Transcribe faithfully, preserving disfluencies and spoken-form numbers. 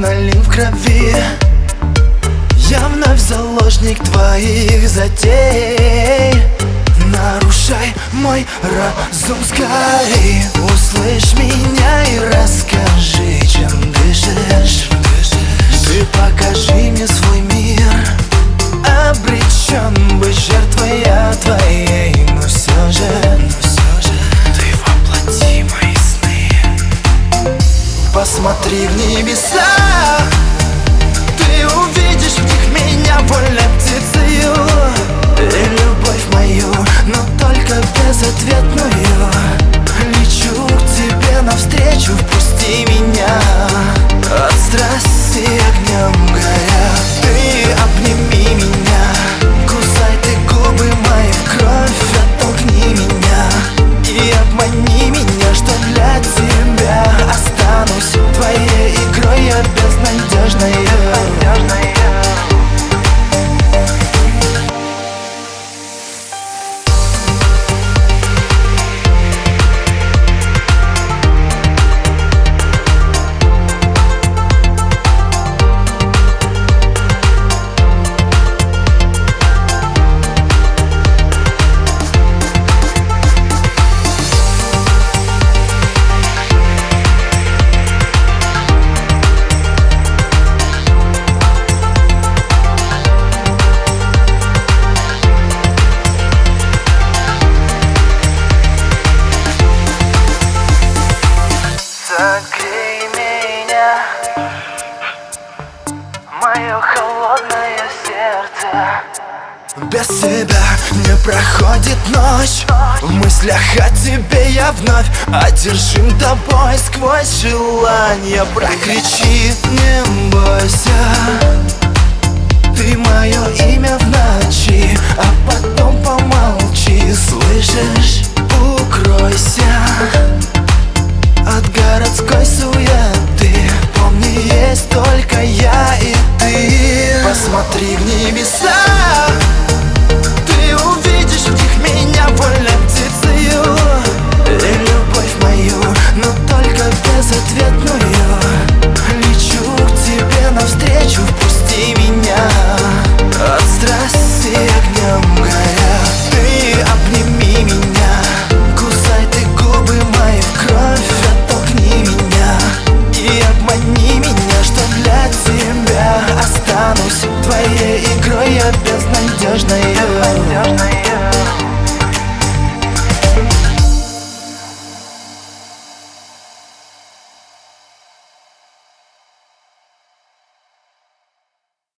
адреналин в крови. Я вновь заложник твоих затей. Нарушай мой разум скорей. Услышь меня и расскажи, чем дышишь. Ты покажи мне свой мир. Обречен быть жертвой я твоей, но все же, но все же ты воплоти мои сны. Посмотри в небеса, ты увидишь в них меня вольной птицею. И любовь мою, но только безответную. Лечу к тебе навстречу, впусти меня. От страсти огнем горя, ты обними меня. Кусай ты губы мои в кровь, оттолкни меня. И обмани меня, что для тебя останусь твоей игрой я безнадежной. Согрей меня, мое холодное сердце. Без тебя не проходит ночь. В мыслях о тебе я вновь одержим тобой сквозь желание. Прокричи, не бойся, ты мое имя в ночи, а потом помолчи, слышишь? Укройся от городской суеты. Помни, есть только я и ты. Посмотри в небеса, ты увидишь в них меня вольной птицею. И любовь мою, но только безответную. Лечу к тебе навстречу, впусти меня. От страсти огнем горя, ты обними меня. Кусай ты губы мои в кровь, оттолкни меня. И обмани меня, что для тебя останусь твоей игрой я безнадежной.